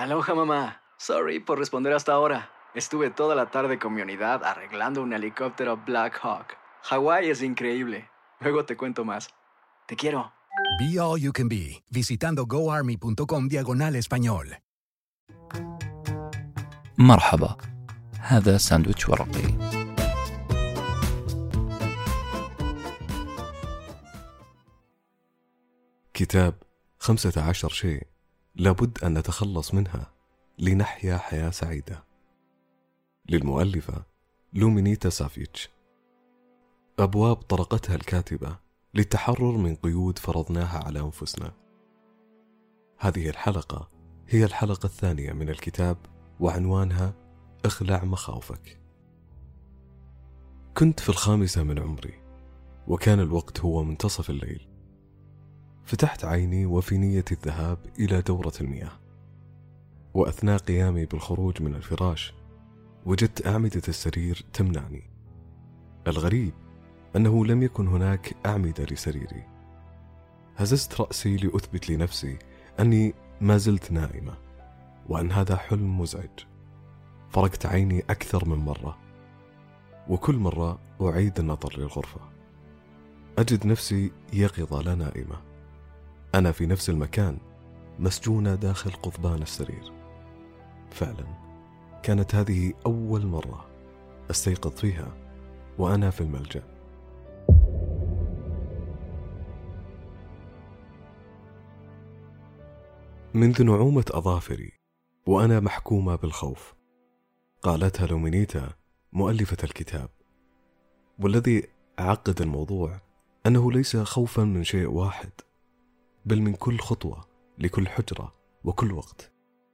Aloha mamá. Sorry por responder hasta ahora. Estuve toda la tarde con mi unidad arreglando un helicóptero Black Hawk. Hawái es increíble. Luego te cuento más. Te quiero. Be All You Can Be, visitando goarmy.com/español. مرحبا، هذا ساندويتش ورقي. كتاب 15 شيء لابد أن نتخلص منها لنحيا حياة سعيدة، للمؤلفة لومينيتا سافيتش. أبواب طرقتها الكاتبة للتحرر من قيود فرضناها على أنفسنا. هذه الحلقة هي الحلقة الثانية من الكتاب، وعنوانها اخلع مخاوفك. كنت في 5 من عمري، وكان الوقت هو منتصف الليل. فتحت عيني وفي نية الذهاب إلى دورة المياه، وأثناء قيامي بالخروج من الفراش وجدت أعمدة السرير تمنعني. الغريب أنه لم يكن هناك أعمدة لسريري. هززت رأسي لأثبت لنفسي أني ما زلت نائمة، وأن هذا حلم مزعج. فركت عيني أكثر من مرة، وكل مرة أعيد النظر للغرفة. أجد نفسي يقظة لا نائمة. أنا في نفس المكان، مسجونة داخل قضبان السرير. فعلا كانت هذه أول مرة أستيقظ فيها وأنا في الملجأ. منذ نعومة أظافري وأنا محكومة بالخوف، قالتها لومينيتا مؤلفة الكتاب. والذي عقد الموضوع أنه ليس خوفا من شيء واحد، بل من كل خطوة لكل حجرة وكل وقت.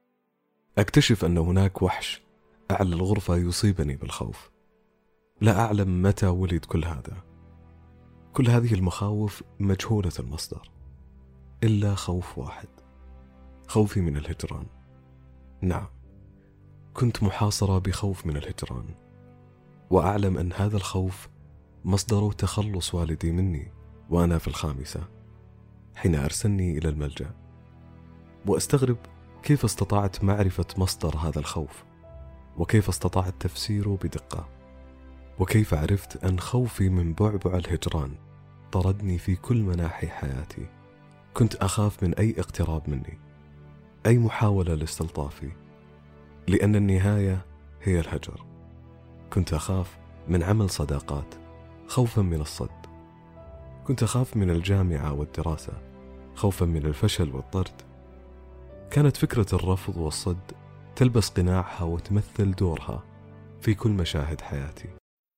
أكتشف أن هناك وحش أعلى الغرفة يصيبني بالخوف. لا أعلم متى ولد كل هذا. كل هذه المخاوف مجهولة المصدر، إلا خوف واحد، خوفي من الهجران. نعم، كنت محاصرة بخوف من الهجران، وأعلم أن هذا الخوف مصدر تخلص والدي مني وأنا في 5 حين أرسلني إلى الملجأ. وأستغرب كيف استطعت معرفة مصدر هذا الخوف، وكيف استطعت تفسيره بدقة، وكيف عرفت أن خوفي من بعبع الهجران طردني في كل مناحي حياتي. كنت أخاف من أي اقتراب مني، أي محاولة لاستلطافي، لأن النهاية هي الهجر. كنت أخاف من عمل صداقات خوفا من الصد. كنت أخاف من الجامعة والدراسة خوفا من الفشل والطرد. كانت فكرة الرفض والصد تلبس قناعها وتمثل دورها في كل مشاهد حياتي.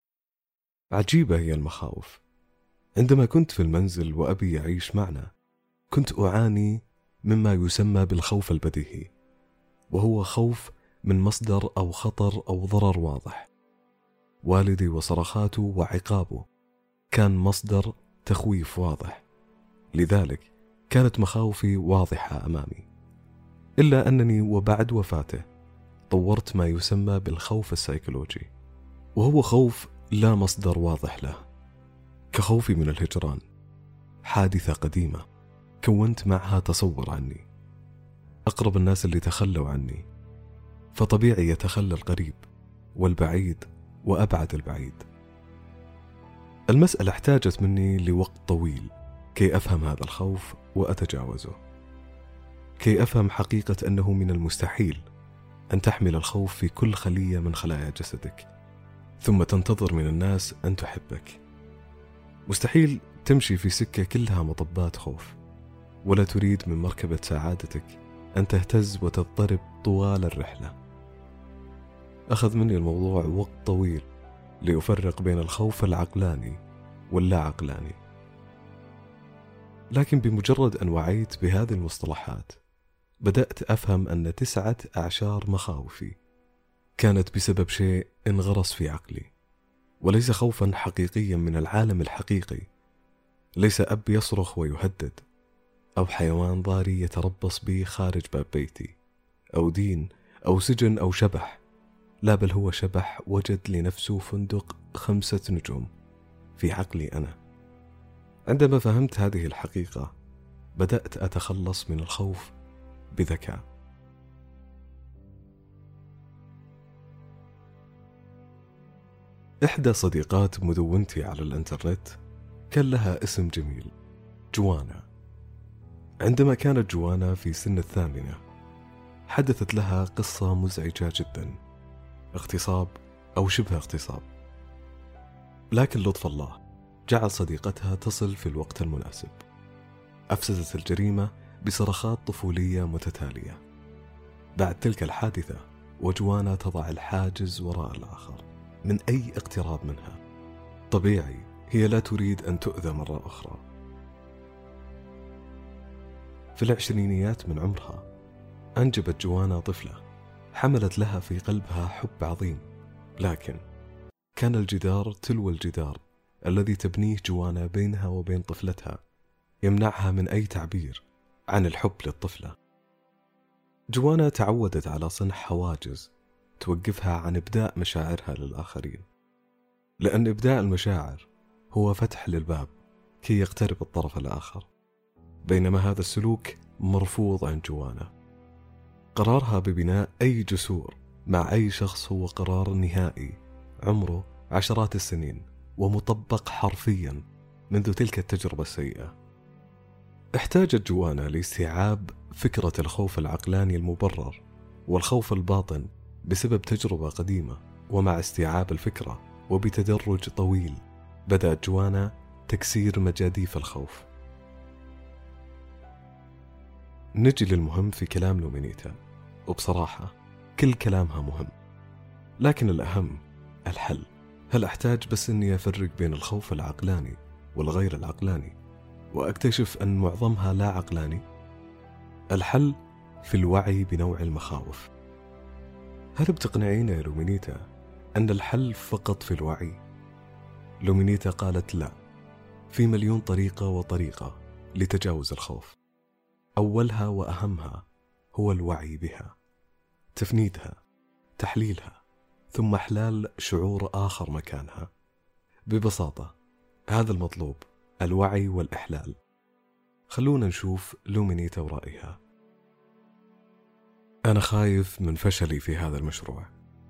عجيبة هي المخاوف. عندما كنت في المنزل وأبي يعيش معنا، كنت أعاني مما يسمى بالخوف البديهي، وهو خوف من مصدر أو خطر أو ضرر واضح. والدي وصرخاته وعقابه كان مصدر تخويف واضح، لذلك كانت مخاوفي واضحة أمامي. إلا أنني وبعد وفاته طورت ما يسمى بالخوف السيكولوجي، وهو خوف لا مصدر واضح له، كخوفي من الهجران، حادثة قديمة كونت معها تصور عني. أقرب الناس اللي تخلوا عني، فطبيعي يتخلى القريب والبعيد وأبعد البعيد. المسألة احتاجت مني لوقت طويل كي أفهم هذا الخوف وأتجاوزه، كي أفهم حقيقة أنه من المستحيل أن تحمل الخوف في كل خلية من خلايا جسدك ثم تنتظر من الناس أن تحبك. مستحيل تمشي في سكة كلها مطبات خوف، ولا تريد من مركبة سعادتك أن تهتز وتضطرب طوال الرحلة. أخذ مني الموضوع وقت طويل لأفرق بين الخوف العقلاني واللا عقلاني، لكن بمجرد أن وعيت بهذه المصطلحات بدأت أفهم أن 9 أعشار مخاوفي كانت بسبب شيء انغرس في عقلي، وليس خوفا حقيقيا من العالم الحقيقي. ليس أب يصرخ ويهدد، أو حيوان ضاري يتربص بي خارج باب بيتي، أو دين أو سجن أو شبح. لا، بل هو شبح وجد لنفسه فندق 5 نجوم في عقلي أنا. عندما فهمت هذه الحقيقة بدأت أتخلص من الخوف بذكاء. إحدى صديقات مدونتي على الإنترنت كان لها اسم جميل، جوانا. عندما كانت جوانا في سن 8 حدثت لها قصة مزعجة جدا، اغتصاب أو شبه اغتصاب. لكن لطف الله جعل صديقتها تصل في الوقت المناسب. أفسدت الجريمة بصرخات طفولية متتالية. بعد تلك الحادثة وجوانا تضع الحاجز وراء الآخر من أي اقتراب منها. طبيعي هي لا تريد أن تؤذى مرة أخرى. في العشرينيات من عمرها أنجبت جوانا طفلة حملت لها في قلبها حب عظيم، لكن كان الجدار تلو الجدار الذي تبنيه جوانا بينها وبين طفلتها يمنعها من أي تعبير عن الحب للطفلة. جوانا تعودت على صنع حواجز توقفها عن إبداء مشاعرها للآخرين، لأن إبداء المشاعر هو فتح للباب كي يقترب الطرف الآخر، بينما هذا السلوك مرفوض عند جوانا. قرارها ببناء أي جسور مع أي شخص هو قرار نهائي عمره عشرات السنين ومطبق حرفيا منذ تلك التجربة السيئة. احتاجت جوانا لاستيعاب فكرة الخوف العقلاني المبرر والخوف الباطن بسبب تجربة قديمة، ومع استيعاب الفكرة وبتدرج طويل بدأت جوانا تكسير مجاديف الخوف. نجي للمهم في كلام لومينيتا، وبصراحة كل كلامها مهم، لكن الأهم الحل. هل أحتاج بس أني أفرق بين الخوف العقلاني والغير العقلاني وأكتشف أن معظمها لا عقلاني؟ الحل في الوعي بنوع المخاوف. هل بتقنعين يا لومينيتا أن الحل فقط في الوعي؟ لومينيتا قالت لا، في مليون طريقة وطريقة لتجاوز الخوف. أولها وأهمها هو الوعي بها، تفنيدها، تحليلها، ثم إحلال شعور آخر مكانها. ببساطة هذا المطلوب، الوعي والإحلال. خلونا نشوف لومينيتا ورأيها. أنا خايف من فشلي في هذا المشروع.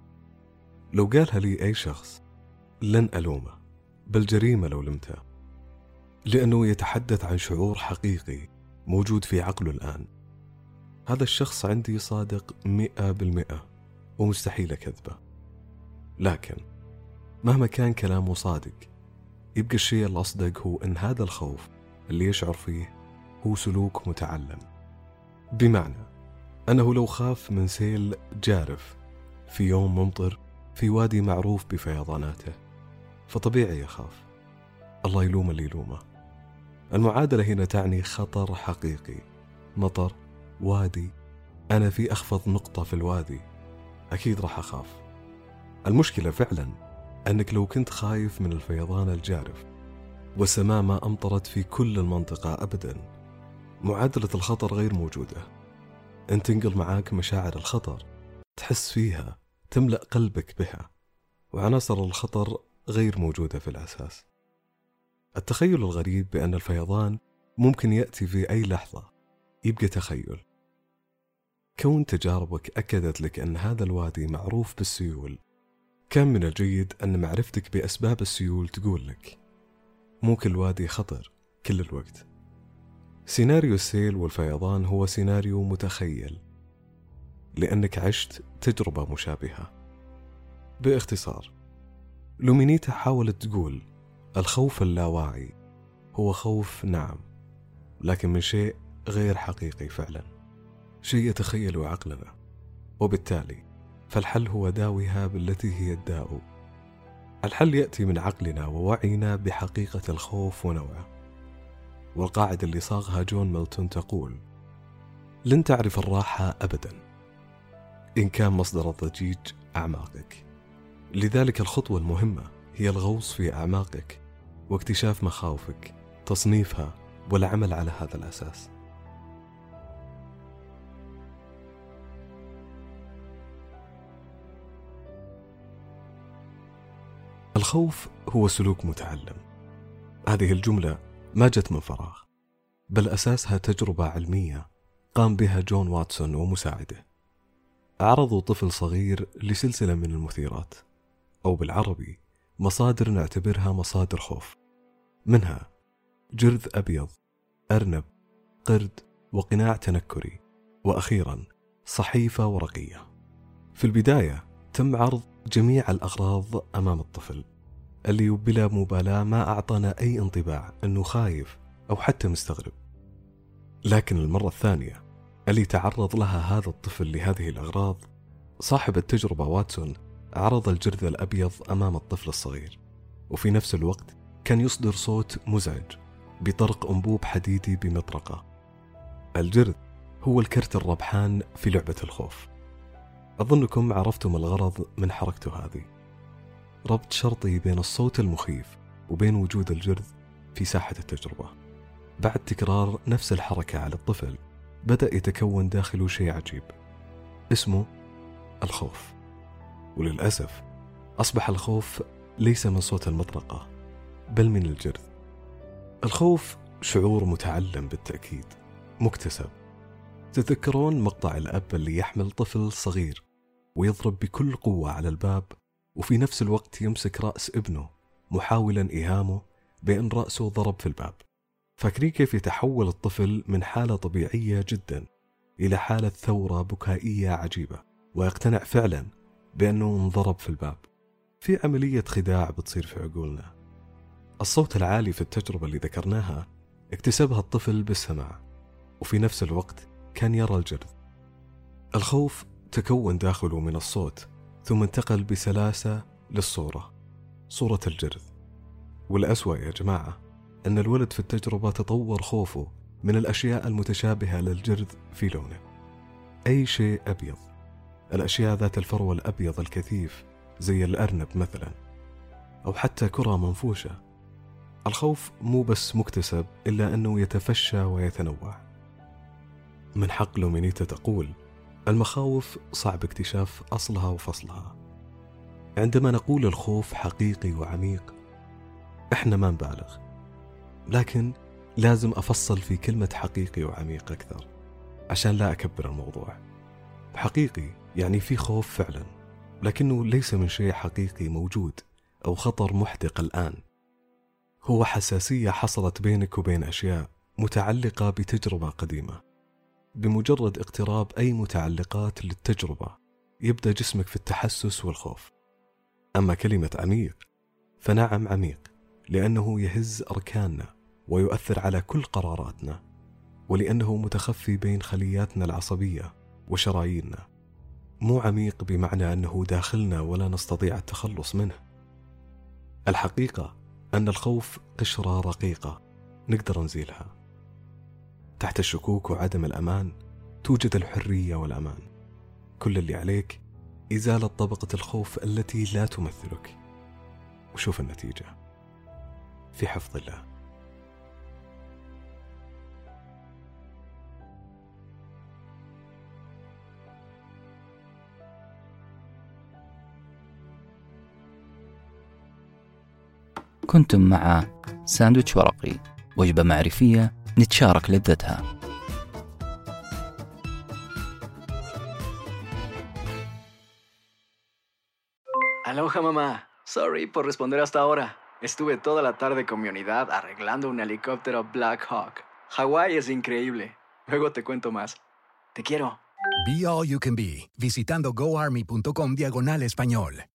لو قالها لي أي شخص لن ألومه، بل جريمة لو لمته، لأنه يتحدث عن شعور حقيقي موجود في عقله الآن. هذا الشخص عندي صادق 100% ومستحيل كذبه. لكن مهما كان كلامه صادق، يبقى الشيء الأصدق هو أن هذا الخوف اللي يشعر فيه هو سلوك متعلم. بمعنى أنه لو خاف من سيل جارف في يوم ممطر في وادي معروف بفيضاناته، فطبيعي يخاف. الله يلوم اللي يلومه. المعادلة هنا تعني خطر حقيقي، مطر، وادي، أنا في أخفض نقطة في الوادي، أكيد راح أخاف. المشكلة فعلا أنك لو كنت خايف من الفيضان الجارف والسماء ما أمطرت في كل المنطقة أبدا، معادلة الخطر غير موجودة. أنت تنقل معاك مشاعر الخطر، تحس فيها، تملأ قلبك بها، وعناصر الخطر غير موجودة في الأساس. التخيل الغريب بأن الفيضان ممكن يأتي في أي لحظة يبقى تخيل. كون تجاربك أكدت لك أن هذا الوادي معروف بالسيول، كان من الجيد أن معرفتك بأسباب السيول تقول لك مو كل وادي خطر كل الوقت. سيناريو السيل والفيضان هو سيناريو متخيل لأنك عشت تجربة مشابهة. باختصار، لومينيتا حاولت تقول الخوف اللاواعي هو خوف نعم، لكن من شيء غير حقيقي فعلا، شيء يتخيله عقلنا، وبالتالي فالحل هو داويها بالتي هي الداء. الحل يأتي من عقلنا ووعينا بحقيقة الخوف ونوعه. والقاعدة اللي صاغها جون ميلتون تقول لن تعرف الراحة أبدا إن كان مصدر الضجيج أعماقك. لذلك الخطوة المهمة هي الغوص في أعماقك واكتشاف مخاوفك، تصنيفها والعمل على هذا الأساس. الخوف هو سلوك متعلم. هذه الجملة ما جت من فراغ، بل أساسها تجربة علمية قام بها جون واتسون ومساعده. عرضوا طفل صغير لسلسلة من المثيرات، أو بالعربي مصادر نعتبرها مصادر خوف، منها جرذ أبيض، أرنب، قرد، وقناع تنكري، وأخيرا صحيفة ورقية. في البداية تم عرض جميع الأغراض أمام الطفل، اللي بلا مبالاة ما أعطانا أي انطباع أنه خايف أو حتى مستغرب. لكن المرة الثانية اللي تعرض لها هذا الطفل لهذه الأغراض، صاحب التجربة واتسون عرض الجرذ الأبيض أمام الطفل الصغير، وفي نفس الوقت كان يصدر صوت مزعج بطرق أنبوب حديدي بمطرقة. الجرذ هو الكرت الربحان في لعبة الخوف. أظنكم عرفتم الغرض من حركته هذه، ربط شرطي بين الصوت المخيف وبين وجود الجرذ في ساحة التجربة. بعد تكرار نفس الحركة على الطفل، بدأ يتكون داخله شيء عجيب اسمه الخوف. وللأسف أصبح الخوف ليس من صوت المطرقة بل من الجرذ. الخوف شعور متعلم بالتأكيد، مكتسب. تذكرون مقطع الأب اللي يحمل طفل صغير ويضرب بكل قوة على الباب، وفي نفس الوقت يمسك رأس ابنه محاولا إيهامه بأن رأسه ضرب في الباب؟ فاكرين كيف يتحول الطفل من حالة طبيعية جدا إلى حالة ثورة بكائية عجيبة، ويقتنع فعلا بأنه انضرب في الباب؟ في عملية خداع بتصير في عقولنا. الصوت العالي في التجربة اللي ذكرناها اكتسبها الطفل بالسماع، وفي نفس الوقت كان يرى الجرذ. الخوف تكون داخله من الصوت، ثم انتقل بسلاسة للصورة، صورة الجرذ. والأسوأ يا جماعة أن الولد في التجربة تطور خوفه من الأشياء المتشابهة للجرذ في لونه. أي شيء أبيض، الأشياء ذات الفرو الأبيض الكثيف زي الأرنب مثلا، أو حتى كرة منفوشة. الخوف مو بس مكتسب، إلا أنه يتفشى ويتنوع. من حق لومينيتا تقول: المخاوف صعب اكتشاف أصلها وفصلها. عندما نقول الخوف حقيقي وعميق، إحنا ما نبالغ، لكن لازم أفصل في كلمة حقيقي وعميق أكثر عشان لا أكبر الموضوع. حقيقي يعني في خوف فعلا، لكنه ليس من شيء حقيقي موجود أو خطر محدق الآن. هو حساسية حصلت بينك وبين أشياء متعلقة بتجربة قديمة. بمجرد اقتراب أي متعلقات للتجربة يبدأ جسمك في التحسس والخوف. أما كلمة عميق فنعم عميق، لأنه يهز أركاننا ويؤثر على كل قراراتنا، ولأنه متخفي بين خلياتنا العصبية وشراييننا. مو عميق بمعنى أنه داخلنا ولا نستطيع التخلص منه. الحقيقة أن الخوف قشرة رقيقة نقدر نزيلها. تحت الشكوك وعدم الأمان توجد الحرية والأمان. كل اللي عليك إزالة طبقة الخوف التي لا تمثلك، وشوف النتيجة في حفظ الله. كنتم مع ساندويتش ورقي، وجبة معرفية نتشارك لذتها. Aloha mamá. Sorry por responder hasta ahora. Estuve toda la tarde con mi unidad arreglando un helicóptero Black Hawk. Hawái es increíble. Luego te cuento más. Te quiero. Be All You Can Be, visitando goarmy.com/español.